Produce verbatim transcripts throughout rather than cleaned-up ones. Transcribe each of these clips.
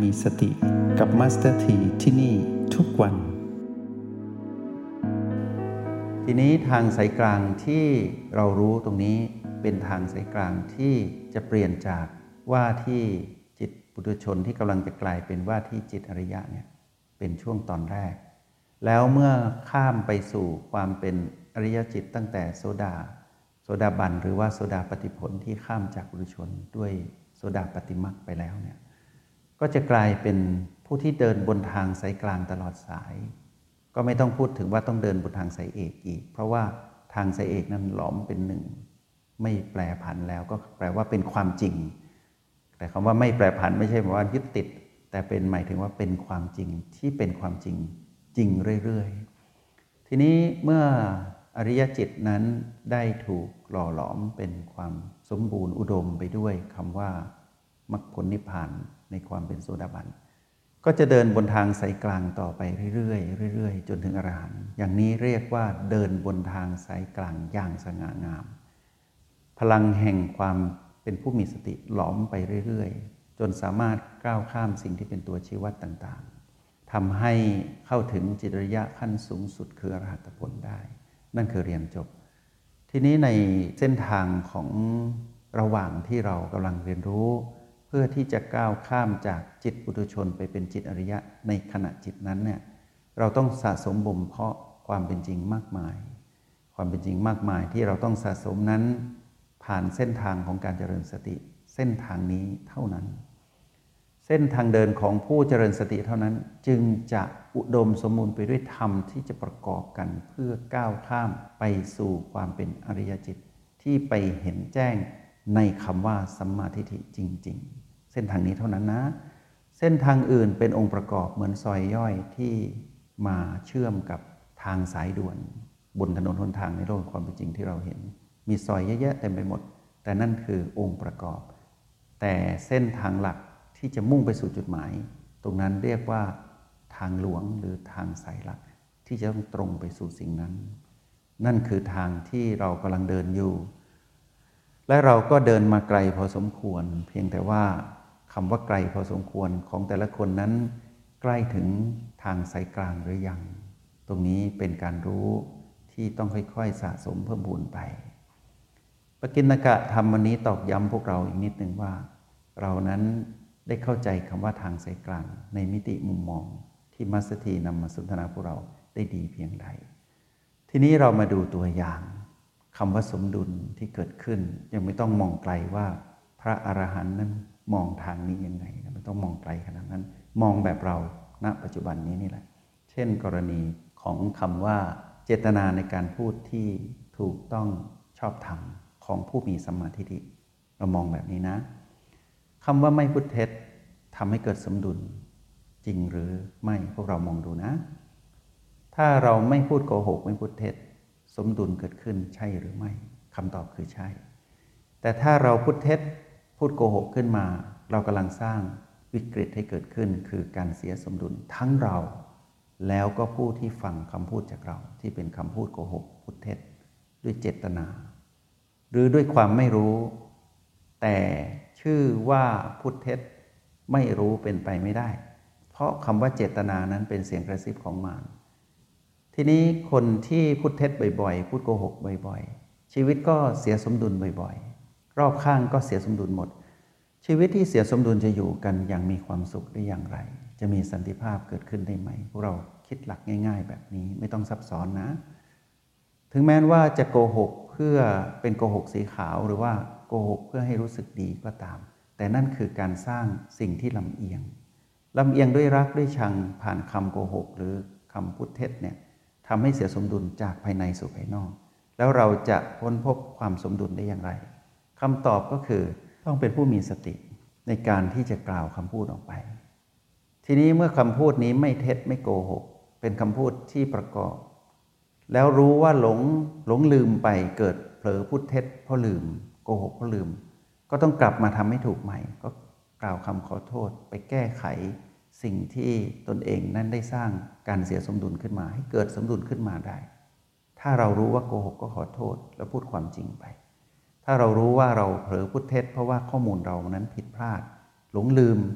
มีสติกับมาสเตอร์ทีที่นี่ทุกวันทีนี้ทางสายกลางที่เรารู้ตรงนี้เป็นทางสายกลางที่จะเปลี่ยนจากว่าที่จิตปุถุชนที่กำลังจะกลายเป็นว่าที่จิตอริยะเนี่ยเป็นช่วงตอนแรกแล้วเมื่อข้ามไปสู่ความเป็นอริยจิตตั้งแต่โสดาโสดาบันหรือว่าโสดาปัตติผลที่ข้ามจากปุถุชนด้วยโสดาปัตติมรรคไปแล้วเนี่ยก็จะกลายเป็นผู้ที่เดินบนทางสายกลางตลอดสายก็ไม่ต้องพูดถึงว่าต้องเดินบนทางสายเอกอีกเพราะว่าทางสายเอกนั้นหลอมเป็นหนึ่งไม่แปรผันแล้วก็แปลว่าเป็นความจริงแต่คำว่าไม่แปรผันไม่ใช่หมายว่ายึดติดแต่เป็นหมายถึงว่าเป็นความจริงที่เป็นความจริงจริงเรื่อยๆทีนี้เมื่ออริยจิตนั้นได้ถูกหล่อหลอมเป็นความสมบูรณ์อุดมไปด้วยคำว่ามรรคผลนิพพานในความเป็นโสดาบันก็จะเดินบนทางสายกลางต่อไปเรื่อยๆเรื่อยๆจนถึงอรหันต์อย่างนี้เรียกว่าเดินบนทางสายกลางอย่างสง่างามพลังแห่งความเป็นผู้มีสติหลอมไปเรื่อยๆจนสามารถก้าวข้ามสิ่งที่เป็นตัวชี้วัดต่างๆทำให้เข้าถึงจิตวิริยะขั้นสูงสุดคืออรหัตผลได้นั่นคือเรียนจบทีนี้ในเส้นทางของระหว่างที่เรากำลังเรียนรู้เพื่อที่จะก้าวข้ามจากจิตปุถุชนไปเป็นจิตอริยะในขณะจิตนั้นเนี่ยเราต้องสะสมบ่มเพาะความเป็นจริงมากมายความเป็นจริงมากมายที่เราต้องสะสมนั้นผ่านเส้นทางของการเจริญสติเส้นทางนี้เท่านั้นเส้นทางเดินของผู้เจริญสติเท่านั้นจึงจะอุดมสมบูรณ์ไปด้วยธรรมที่จะประกอบกันเพื่อก้าวข้ามไปสู่ความเป็นอริยจิตที่ไปเห็นแจ้งในคำว่าสัมมาทิฏฐิจริงๆเส้นทางนี้เท่านั้นนะเส้นทางอื่นเป็นองค์ประกอบเหมือนซอยย่อยที่มาเชื่อมกับทางสายด่วนบนถนนหนทางในโลกความเป็นจริงที่เราเห็นมีซอยเยอะๆเต็มไปหมดแต่นั่นคือองค์ประกอบแต่เส้นทางหลักที่จะมุ่งไปสู่จุดหมายตรงนั้นเรียกว่าทางหลวงหรือทางสายหลักที่จะต้องตรงไปสู่สิ่งนั้นนั่นคือทางที่เรากำลังเดินอยู่และเราก็เดินมาไกลพอสมควรเพียงแต่ว่าคำว่าไกลพอสมควรของแต่ละคนนั้นใกล้ถึงทางสายกลางหรือยังตรงนี้เป็นการรู้ที่ต้องค่อยๆสะสมเพิ่มพูนไปปกิณกะธรรมวันนี้ตอกย้ำพวกเราอีกนิดหนึ่งว่าเรานั้นได้เข้าใจคำว่าทางสายกลางในมิติมุมมองที่มัสถีนำมาสนทนาพวกเราได้ดีเพียงใดทีนี้เรามาดูตัวอย่างคำว่าสมดุลที่เกิดขึ้นยังไม่ต้องมองไกลว่าพระอรหันต์นั้นมองทางนี้ยังไงไม่ต้องมองไกลขนาดนั้นมองแบบเราณปัจจุบันนี้นี่แหละเช่นกรณีของคำว่าเจตนาในการพูดที่ถูกต้องชอบธรรมของผู้มีสัมมาทิฏฐิเรามองแบบนี้นะคำว่าไม่พูดเท็จทำให้เกิดสมดุลจริงหรือไม่พวกเรามองดูนะถ้าเราไม่พูดโกหกไม่พูดเท็จสมดุลเกิดขึ้นใช่หรือไม่คำตอบคือใช่แต่ถ้าเราพูดเท็จพูดโกหกขึ้นมาเรากำลังสร้างวิกฤตให้เกิดขึ้นคือการเสียสมดุลทั้งเราแล้วก็ผู้ที่ฟังคำพูดจากเราที่เป็นคำพูดโกหกพูดเท็จด้วยเจตนาหรือด้วยความไม่รู้แต่ชื่อว่าพูดเท็จไม่รู้เป็นไปไม่ได้เพราะคำว่าเจตนานั้นเป็นเสียงกระซิบของมารทีนี้คนที่พูดเท็จบ่อยๆพูดโกหกบ่อยๆชีวิตก็เสียสมดุลบ่อยๆรอบข้างก็เสียสมดุลหมดชีวิตที่เสียสมดุลจะอยู่กันอย่างมีความสุขได้อย่างไรจะมีสันติภาพเกิดขึ้นได้ไหมพวกเราคิดหลักง่ายๆแบบนี้ไม่ต้องซับซ้อนนะถึงแม้ว่าจะโกหกเพื่อเป็นโกหกสีขาวหรือว่าโกหกเพื่อให้รู้สึกดีก็ตามแต่นั่นคือการสร้างสิ่งที่ลำเอียงลำเอียงด้วยรักด้วยชังผ่านคำโกหกหรือคำพูดเท็จเนี่ยทำให้เสียสมดุลจากภายในสู่ภายนอกแล้วเราจะค้นพบความสมดุลได้อย่างไรคำตอบก็คือต้องเป็นผู้มีสติในการที่จะกล่าวคำพูดออกไปทีนี้เมื่อคำพูดนี้ไม่เท็จไม่โกหกเป็นคำพูดที่ประกอบแล้วรู้ว่าหลงหลงลืมไปเกิดเผลอพูดเท็จเพราะลืมโกหกเพราะลืมก็ต้องกลับมาทำให้ถูกใหม่ก็กล่าวคำขอโทษไปแก้ไขสิ่งที่ตนเองนั้นได้สร้างการเสียสมดุลขึ้นมาให้เกิดสมดุลขึ้นมาได้ถ้าเรารู้ว่าโกหกก็ขอโทษแล้วพูดความจริงไปถ้าเรารู้ว่าเราเผลอพูดเท็จเพราะว่าข้อมูลเรานั้นผิดพลาดหลงลืม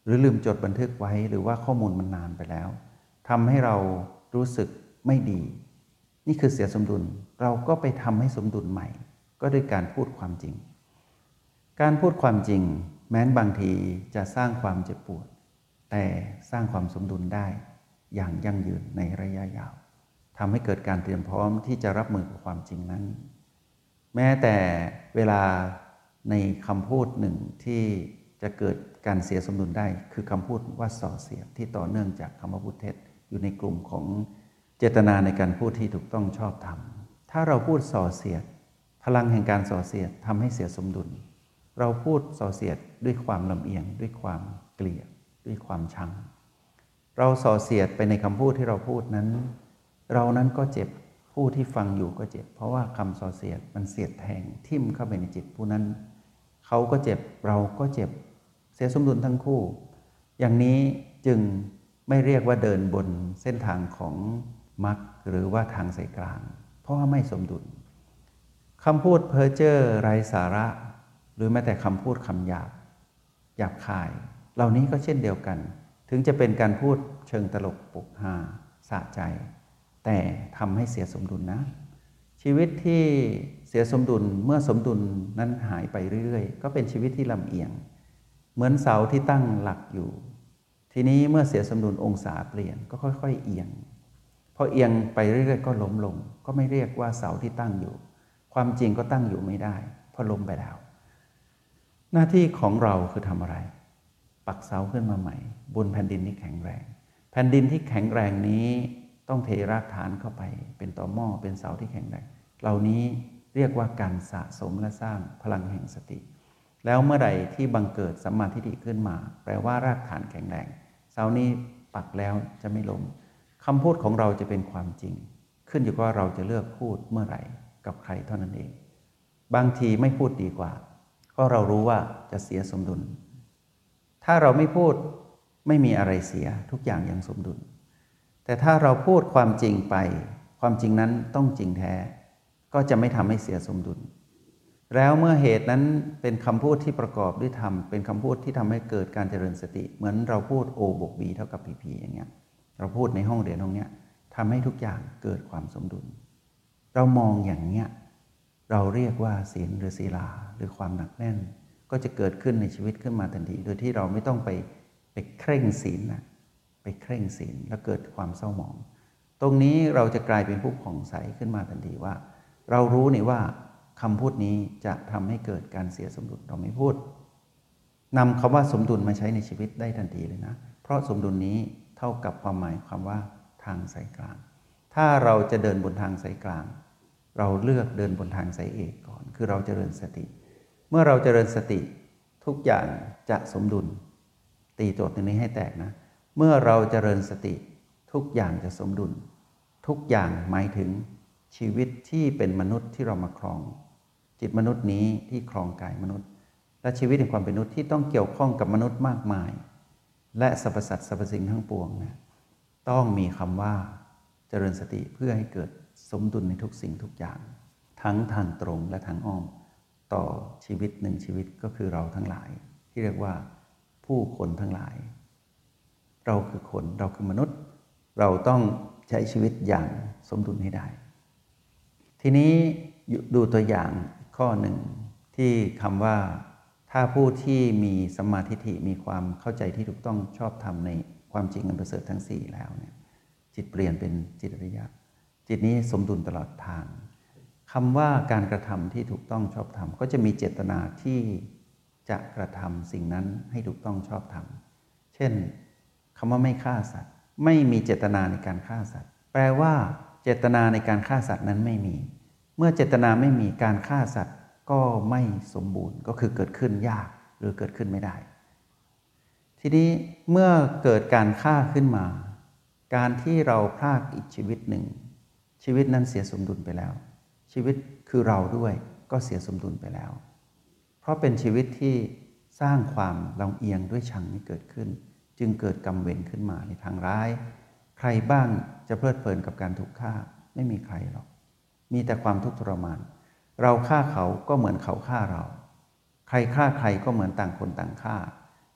หรือลืมจดบันทึกไว้หรือว่าข้อมูลมันนานไปแล้วทำให้เรารู้สึกไม่ดีนี่คือเสียสมดุลเราก็ไปทำให้สมดุลใหม่ก็ด้วยการพูดความจริงการพูดความจริงแม้นบางทีจะสร้างความเจ็บปวดแต่สร้างความสมดุลได้อย่างยั่งยืนในระยะยาวทำให้เกิดการเตรียมพร้อมที่จะรับมือกับความจริงนั้นแม้แต่เวลาในคำพูดหนึ่งที่จะเกิดการเสียสมดุลได้คือคำพูดว่าส่อเสียดที่ต่อเนื่องจากคำว่าพูดเท็จอยู่ในกลุ่มของเจตนาในการพูดที่ถูกต้องชอบธรรมถ้าเราพูดส่อเสียดพลังแห่งการส่อเสียดทำให้เสียสมดุลเราพูดส่อเสียดด้วยความลำเอียงด้วยความเกลียดด้วยความชังเราส่อเสียดไปในคำพูดที่เราพูดนั้นเรานั้นก็เจ็บผู้ที่ฟังอยู่ก็เจ็บเพราะว่าคำส่อเสียดมันเสียดแทงทิ่มเข้าไปในจิตผู้นั้นเขาก็เจ็บเราก็เจ็บเสียสมดุลทั้งคู่อย่างนี้จึงไม่เรียกว่าเดินบนเส้นทางของมรรคหรือว่าทางสายกลางเพราะว่าไม่สมดุลคำพูดเพ้อเจ้อไร้สาระหรือแม้แต่คำพูดคำหยาบหยาบคายเหล่านี้ก็เช่นเดียวกันถึงจะเป็นการพูดเชิงตลกปกฮาสะใจแต่ทำให้เสียสมดุลนะชีวิตที่เสียสมดุลเมื่อสมดุลนั้นหายไปเรื่อยๆก็เป็นชีวิตที่ลำเอียงเหมือนเสาที่ตั้งหลักอยู่ทีนี้เมื่อเสียสมดุลองศาเปลี่ยนก็ค่อยๆเอียงพอเอียงไปเรื่อยๆก็ล้มลงก็ไม่เรียกว่าเสาที่ตั้งอยู่ความจริงก็ตั้งอยู่ไม่ได้เพราะล้มไปแล้วหน้าที่ของเราคือทำอะไรปักเสาขึ้นมาใหม่บนแผ่นดินที่แข็งแรงแผ่นดินที่แข็งแรงนี้ต้องเทรากฐานเข้าไปเป็นตอหม้อเป็นเสาที่แข็งแรงเหล่านี้เรียกว่าการสะสมและสร้างพลังแห่งสติแล้วเมื่อใดที่บังเกิดสัมมาทิฏฐิขึ้นมาแปลว่ารากฐานแข็งแรงเสานี้ปักแล้วจะไม่ล้มคำพูดของเราจะเป็นความจริงขึ้นอยู่กับว่าเราจะเลือกพูดเมื่อไหร่กับใครเท่านั้นเองบางทีไม่พูดดีกว่าเพราะเรารู้ว่าจะเสียสมดุลถ้าเราไม่พูดไม่มีอะไรเสียทุกอย่างยังสมดุลแต่ถ้าเราพูดความจริงไปความจริงนั้นต้องจริงแท้ก็จะไม่ทำให้เสียสมดุลแล้วเมื่อเหตุนั้นเป็นคำพูดที่ประกอบด้วยธรรมเป็นคำพูดที่ทำให้เกิดการเจริญสติเหมือนเราพูด O บวก B เท่ากับ พี พี อย่างเงี้ยเราพูดในห้องเรียนห้องเนี้ยทำให้ทุกอย่างเกิดความสมดุลเรามองอย่างเนี้ยเราเรียกว่าศีลหรือศีลาหรือความหนักแน่นก็จะเกิดขึ้นในชีวิตขึ้นมาทันทีโดยที่เราไม่ต้องไปไปเคร่งศีลนะไปเคร่งศีลแล้วเกิดความเศร้าหมองตรงนี้เราจะกลายเป็นผู้ผ่องใสขึ้นมาทันทีว่าเรารู้นี่ว่าคำพูดนี้จะทำให้เกิดการเสียสมดุลเราไม่พูดนำคำว่าสมดุลมาใช้ในชีวิตได้ทันทีเลยนะเพราะสมดุลนี้เท่ากับความหมายความว่าทางสายกลางถ้าเราจะเดินบนทางสายกลางเราเลือกเดินบนทางสายเอกก่อนคือเราเจริญสติเมื่อเราเจริญสติทุกอย่างจะสมดุลตีโจทย์ตรงนี้ให้แตกนะเมื่อเราเจริญสติทุกอย่างจะสมดุลทุกอย่างหมายถึงชีวิตที่เป็นมนุษย์ที่เรามาครองจิตมนุษย์นี้ที่ครองกายมนุษย์และชีวิตในความเป็นมนุษย์ที่ต้องเกี่ยวข้องกับมนุษย์มากมายและสรรพสัตว์สรรพสิ่งทั้งปวงนะต้องมีคำว่าเจริญสติเพื่อให้เกิดสมดุลในทุกสิ่งทุกอย่างทั้งทางตรงและทางอ้อมต่อชีวิตหนึ่งชีวิตก็คือเราทั้งหลายที่เรียกว่าผู้คนทั้งหลายเราคือคนเราคือมนุษย์เราต้องใช้ชีวิตอย่างสมดุลให้ได้ทีนี้ดูตัวอย่างข้อหนึ่งที่คำว่าถ้าผู้ที่มีสัมมาทิฏฐิมีความเข้าใจที่ถูกต้องชอบธรรมในความจริงอันประเสริฐทั้งสี่แล้วเนี่ยจิตเปลี่ยนเป็นจิตอริยะจิตนี้สมดุลตลอดทางคำว่าการกระทำที่ถูกต้องชอบธรรมก็จะมีเจตนาที่จะกระทำสิ่งนั้นให้ถูกต้องชอบธรรมเช่นคำว่าไม่ฆ่าสัตว์ไม่มีเจตนาในการฆ่าสัตว์แปลว่าเจตนาในการฆ่าสัตว์นั้นไม่มีเมื่อเจตนาไม่มีการฆ่าสัตว์ก็ไม่สมบูรณ์ก็คือเกิดขึ้นยากหรือเกิดขึ้นไม่ได้ทีนี้เมื่อเกิดการฆ่าขึ้นมาการที่เราพรากอีกชีวิตหนึ่งชีวิตนั้นเสียสมดุลไปแล้วชีวิตคือเราด้วยก็เสียสมดุลไปแล้วเพราะเป็นชีวิตที่สร้างความลำเอียงด้วยชังนี้เกิดขึ้นจึงเกิดกรรมเวรขึ้นมาในทางร้ายใครบ้างจะเพลิดเพลินกับการถูกฆ่าไม่มีใครหรอกมีแต่ความทุกข์ทรมานเราฆ่าเขาก็เหมือนเขาฆ่าเราใครฆ่าใครก็เหมือนต่างคนต่างฆ่า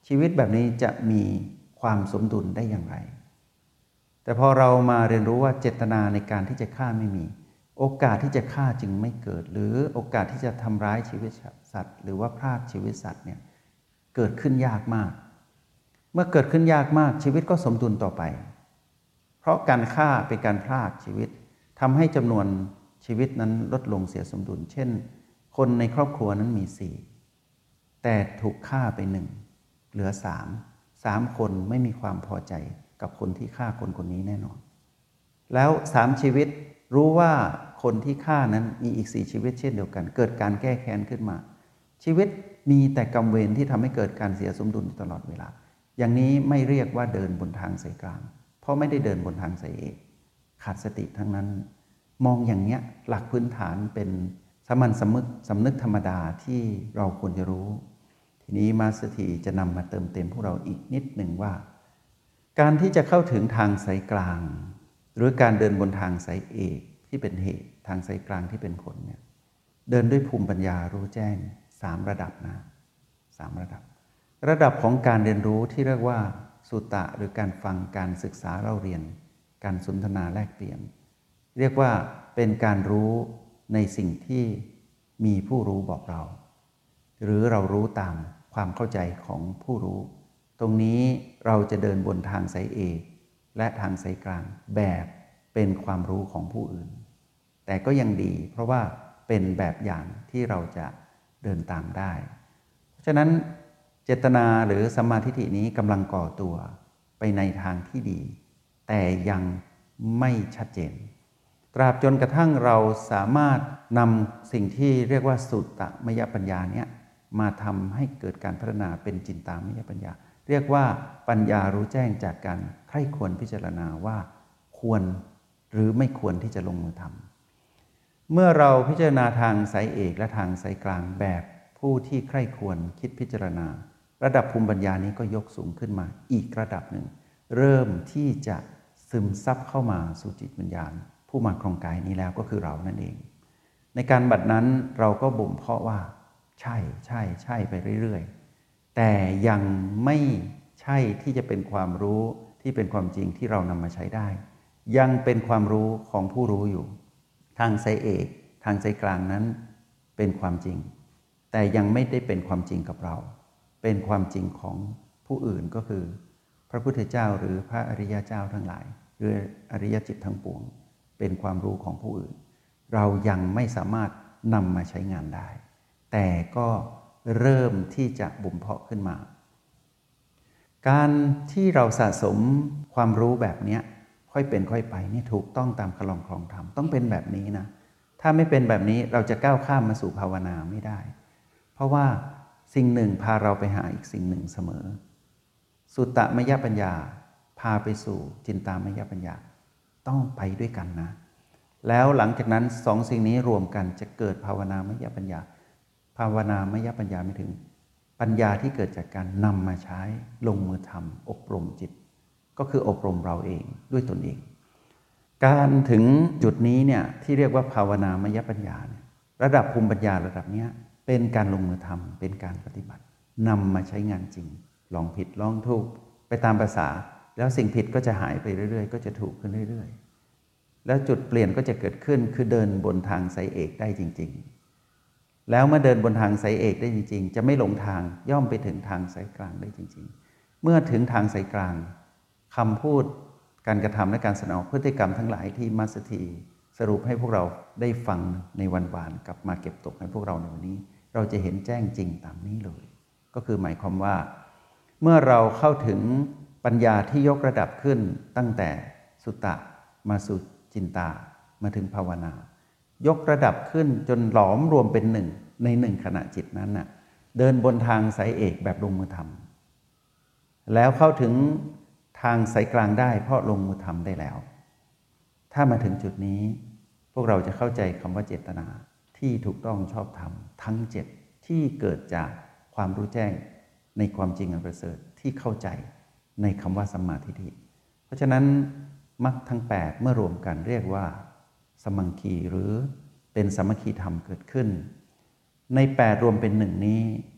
ชีวิตแบบนี้จะมีความสมดุลได้อย่างไรแต่พอเรามาเรียนรู้ว่าเจตนาในการที่จะฆ่าไม่มีโอกาสที่จะฆ่าจึงไม่เกิดหรือโอกาสที่จะทำร้ายชีวิตสัตว์หรือว่าพรากชีวิตสัตว์เนี่ยเกิดขึ้นยากมากเมื่อเกิดขึ้นยากมากชีวิตก็สมดุลต่อไปเพราะการฆ่าเป็นการพรากชีวิตทำให้จำนวนชีวิตนั้นลดลงเสียสมดุลเช่นคนในครอบครัวนั้นมีสี่แต่ถูกฆ่าไปหนึ่งเหลือสามสามคนไม่มีความพอใจกับคนที่ฆ่าคนคนนี้แน่นอนแล้วสามชีวิตรู้ว่าคนที่ฆ่านั้นมีอีกสี่ชีวิตเช่นเดียวกันเกิดการแก้แค้นขึ้นมาชีวิตมีแต่กรรมเวรที่ทำให้เกิดการเสียสมดุลตลอดเวลาอย่างนี้ไม่เรียกว่าเดินบนทางสายกลางเพราะไม่ได้เดินบนทางสายเอกขาดสติทั้งนั้นมองอย่างเนี้ยหลักพื้นฐานเป็นสามัญสำนึกสำนึกธรรมดาที่เราควรจะรู้ทีนี้มาสถีจะนำมาเติมเต็มพวกเราอีกนิดหนึ่งว่าการที่จะเข้าถึงทางสายกลางหรือการเดินบนทางสายเอกที่เป็นเหตุทางสายกลางที่เป็นผลเนี่ยเดินด้วยภูมิปัญญารู้แจ้งสามระดับนะสามระดับระดับของการเรียนรู้ที่เรียกว่าสุตตะหรือการฟังการศึกษาเล่าเรียนการสนทนาแลกเปลี่ยนเรียกว่าเป็นการรู้ในสิ่งที่มีผู้รู้บอกเราหรือเรารู้ตามความเข้าใจของผู้รู้ตรงนี้เราจะเดินบนทางสายเอกและทางสายกลางแบบเป็นความรู้ของผู้อื่นแต่ก็ยังดีเพราะว่าเป็นแบบอย่างที่เราจะเดินตามได้เพราะฉะนั้นเจตนาหรือสัมมาทิฏฐินี้กำลังก่อตัวไปในทางที่ดีแต่ยังไม่ชัดเจนตราบจนกระทั่งเราสามารถนำสิ่งที่เรียกว่าสุตตมยปัญญาเนี้ยมาทำให้เกิดการพัฒนาเป็นจินตามยปัญญาเรียกว่าปัญญารู้แจ้งจากการใคร่ควรพิจารณาว่าควรหรือไม่ควรที่จะลงมือทำเมื่อเราพิจารณาทางสายเอกและทางสายกลางแบบผู้ที่ใคร่ควรคิดพิจารณาระดับภูมิปัญญานี้ก็ยกสูงขึ้นมาอีกระดับหนึ่งเริ่มที่จะซึมซับเข้ามาสู่จิตวิญญาณผู้มาครองกายนี้แล้วก็คือเรานั่นเองในการบัดนั้นเราก็บ่มเพาะว่าใช่ใช่ใช่ไปเรื่อยๆแต่ยังไม่ใช่ที่จะเป็นความรู้ที่เป็นความจริงที่เรานำมาใช้ได้ยังเป็นความรู้ของผู้รู้อยู่ทางสายเอกทางสายกลางนั้นเป็นความจริงแต่ยังไม่ได้เป็นความจริงกับเราเป็นความจริงของผู้อื่นก็คือพระพุทธเจ้าหรือพระอริยเจ้าทั้งหลายหรืออริยจิตทั้งปวงเป็นความรู้ของผู้อื่นเรายังไม่สามารถนำมาใช้งานได้แต่ก็เริ่มที่จะบ่มเพาะขึ้นมาการที่เราสะสมความรู้แบบนี้ค่อยเป็นค่อยไปนี่ถูกต้องตามคลองครองธรรมต้องเป็นแบบนี้นะถ้าไม่เป็นแบบนี้เราจะก้าวข้ามมาสู่ภาวนาไม่ได้เพราะว่าสิ่งหนึ่งพาเราไปหาอีกสิ่งหนึ่งเสมอสุตตมยปัญญาพาไปสู่จินตามยปัญญาต้องไปด้วยกันนะแล้วหลังจากนั้นสองสิ่งนี้รวมกันจะเกิดภาวนามยปัญญาภาวนามยปัญญาไม่ถึงปัญญาที่เกิดจากการนำมาใช้ลงมือทำอบรมจิตก็คืออบรมเราเองด้วยตนเองการถึงจุดนี้เนี่ยที่เรียกว่าภาวนามยปัญญาเนี่ยระดับภูมิปัญญาระดับนี้เป็นการลงมือทำเป็นการปฏิบัตินำมาใช้งานจริงลองผิดลองถูกไปตามภาษาแล้วสิ่งผิดก็จะหายไปเรื่อยๆก็จะถูกขึ้นเรื่อยๆแล้วจุดเปลี่ยนก็จะเกิดขึ้นคือเดินบนทางสายเอกได้จริงๆแล้วเมื่อเดินบนทางสายเอกได้จริงๆจะไม่หลงทางย่อมไปถึงทางสายกลางได้จริงๆเมื่อถึงทางสายกลางคำพูดการกระทำและการแสดงพฤติกรรมทั้งหลายที่มัสถีสรุปให้พวกเราได้ฟังในวันวานกลับมาเก็บตกให้พวกเราในวันนี้เราจะเห็นแจ้งจริงตามนี้เลยก็คือหมายความว่าเมื่อเราเข้าถึงปัญญาที่ยกระดับขึ้นตั้งแต่สุตตะมาสู่จินตามาถึงภาวนายกระดับขึ้นจนหลอมรวมเป็นหนึ่งในหนึ่งขณะจิตนั้นน่ะเดินบนทางสายเอกแบบลงมือทำแล้วเข้าถึงทางสายกลางได้เพราะลงมือทำได้แล้วถ้ามาถึงจุดนี้พวกเราจะเข้าใจคำว่าเจตนาที่ถูกต้องชอบธรรมทั้งเจ็ดที่เกิดจากความรู้แจ้งในความจริงอันประเสริฐที่เข้าใจในคำว่าสัมมาทิฏฐิเพราะฉะนั้นมรรคทั้งแปดเมื่อรวมกันเรียกว่าสมังคีหรือเป็นสามัคคีธรรมเกิดขึ้นในแปดรวมเป็นหนึ่งนี้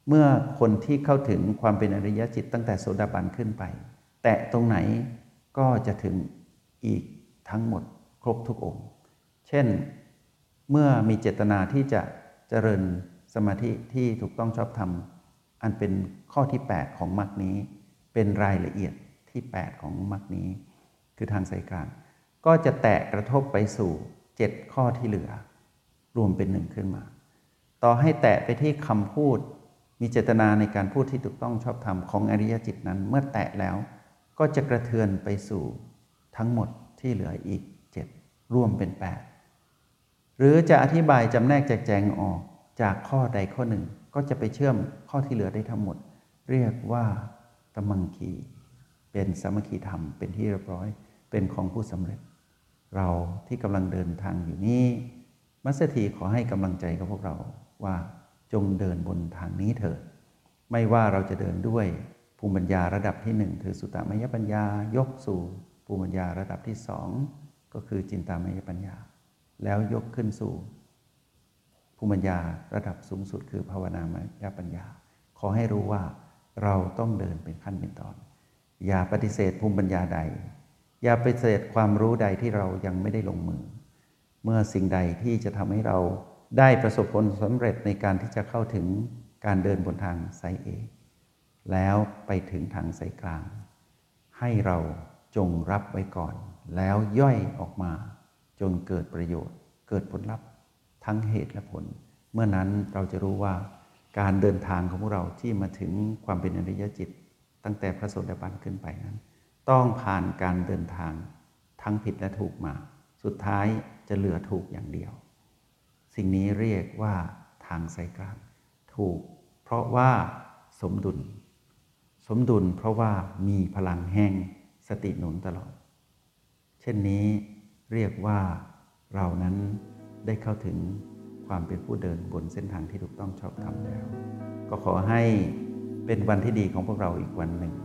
เมื่อคนที่เข้าถึงความเป็นอริยจิตตั้งแต่โสดาบันขึ้นไปแตะตรงไหนก็จะถึงอีกทั้งหมดครบทุกองค์เช่นเมื่อมีเจตนาที่จะเจริญสมาธิที่ถูกต้องชอบธรรมอันเป็นข้อที่แปดของมรรคนี้เป็นรายละเอียดที่แปดของมรรคนี้คือทางสายกลางก็จะแตะกระทบไปสู่เจ็ดข้อที่เหลือรวมเป็นหนึ่งขึ้นมาต่อให้แตะไปที่คำพูดมีเจตนาในการพูดที่ถูกต้องชอบธรรมของอริยจิตนั้นเมื่อแตะแล้วก็จะกระเทือนไปสู่ทั้งหมดที่เหลืออีกเจ็ดรวมเป็นแปดหรือจะอธิบายจำแนกแจกแจงออกจากข้อใดข้อหนึ่งก็จะไปเชื่อมข้อที่เหลือได้ทั้งหมดเรียกว่าตมังคีเป็นสามัคคีธรรมเป็นที่เรียบร้อยเป็นของผู้สำเร็จเราที่กำลังเดินทางอยู่นี้มัสถีขอให้กำลังใจกับพวกเราว่าจงเดินบนทางนี้เถิดไม่ว่าเราจะเดินด้วยภูมิปัญญาระดับที่หนึ่งคือสุตตมยปัญญายกสู่ภูมิปัญญาระดับที่สองก็คือจินตามยปัญญาแล้วยกขึ้นสู่ภูมิปัญญาระดับสูงสุดคือภาวนามยปัญญาขอให้รู้ว่าเราต้องเดินเป็นขั้นเป็นตอนอย่าปฏิเสธภูมิปัญญาใดอย่าปฏิเสธความรู้ใดที่เรายังไม่ได้ลงมือเมื่อสิ่งใดที่จะทำให้เราได้ประสบผลสำเร็จในการที่จะเข้าถึงการเดินบนทางสายเอกแล้วไปถึงทางสายกลางให้เราจงรับไว้ก่อนแล้วย่อยออกมาจนเกิดประโยชน์เกิดผลลัพธ์ทั้งเหตุและผลเมื่อนั้นเราจะรู้ว่าการเดินทางของพวกเราที่มาถึงความเป็นอริยจิตตั้งแต่พระโสดาบันขึ้นไปนั้นต้องผ่านการเดินทางทั้งผิดและถูกมาสุดท้ายจะเหลือถูกอย่างเดียวสิ่งนี้เรียกว่าทางสายกลางถูกเพราะว่าสมดุลสมดุลเพราะว่ามีพลังแห่งสติหนุนตลอดเช่นนี้เรียกว่าเรานั้นได้เข้าถึงความเป็นผู้เดินบนเส้นทางที่ถูกต้องชอบธรรมแล้วก็ขอให้เป็นวันที่ดีของพวกเราอีกวันหนึ่ง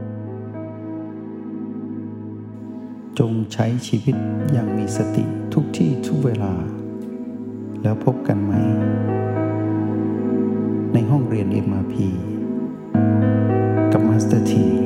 จงใช้ชีวิตอย่างมีสติทุกที่ทุกเวลาแล้วพบกันไหมในห้องเรียน เอ็ม อาร์ พี กับมาสเตอร์ที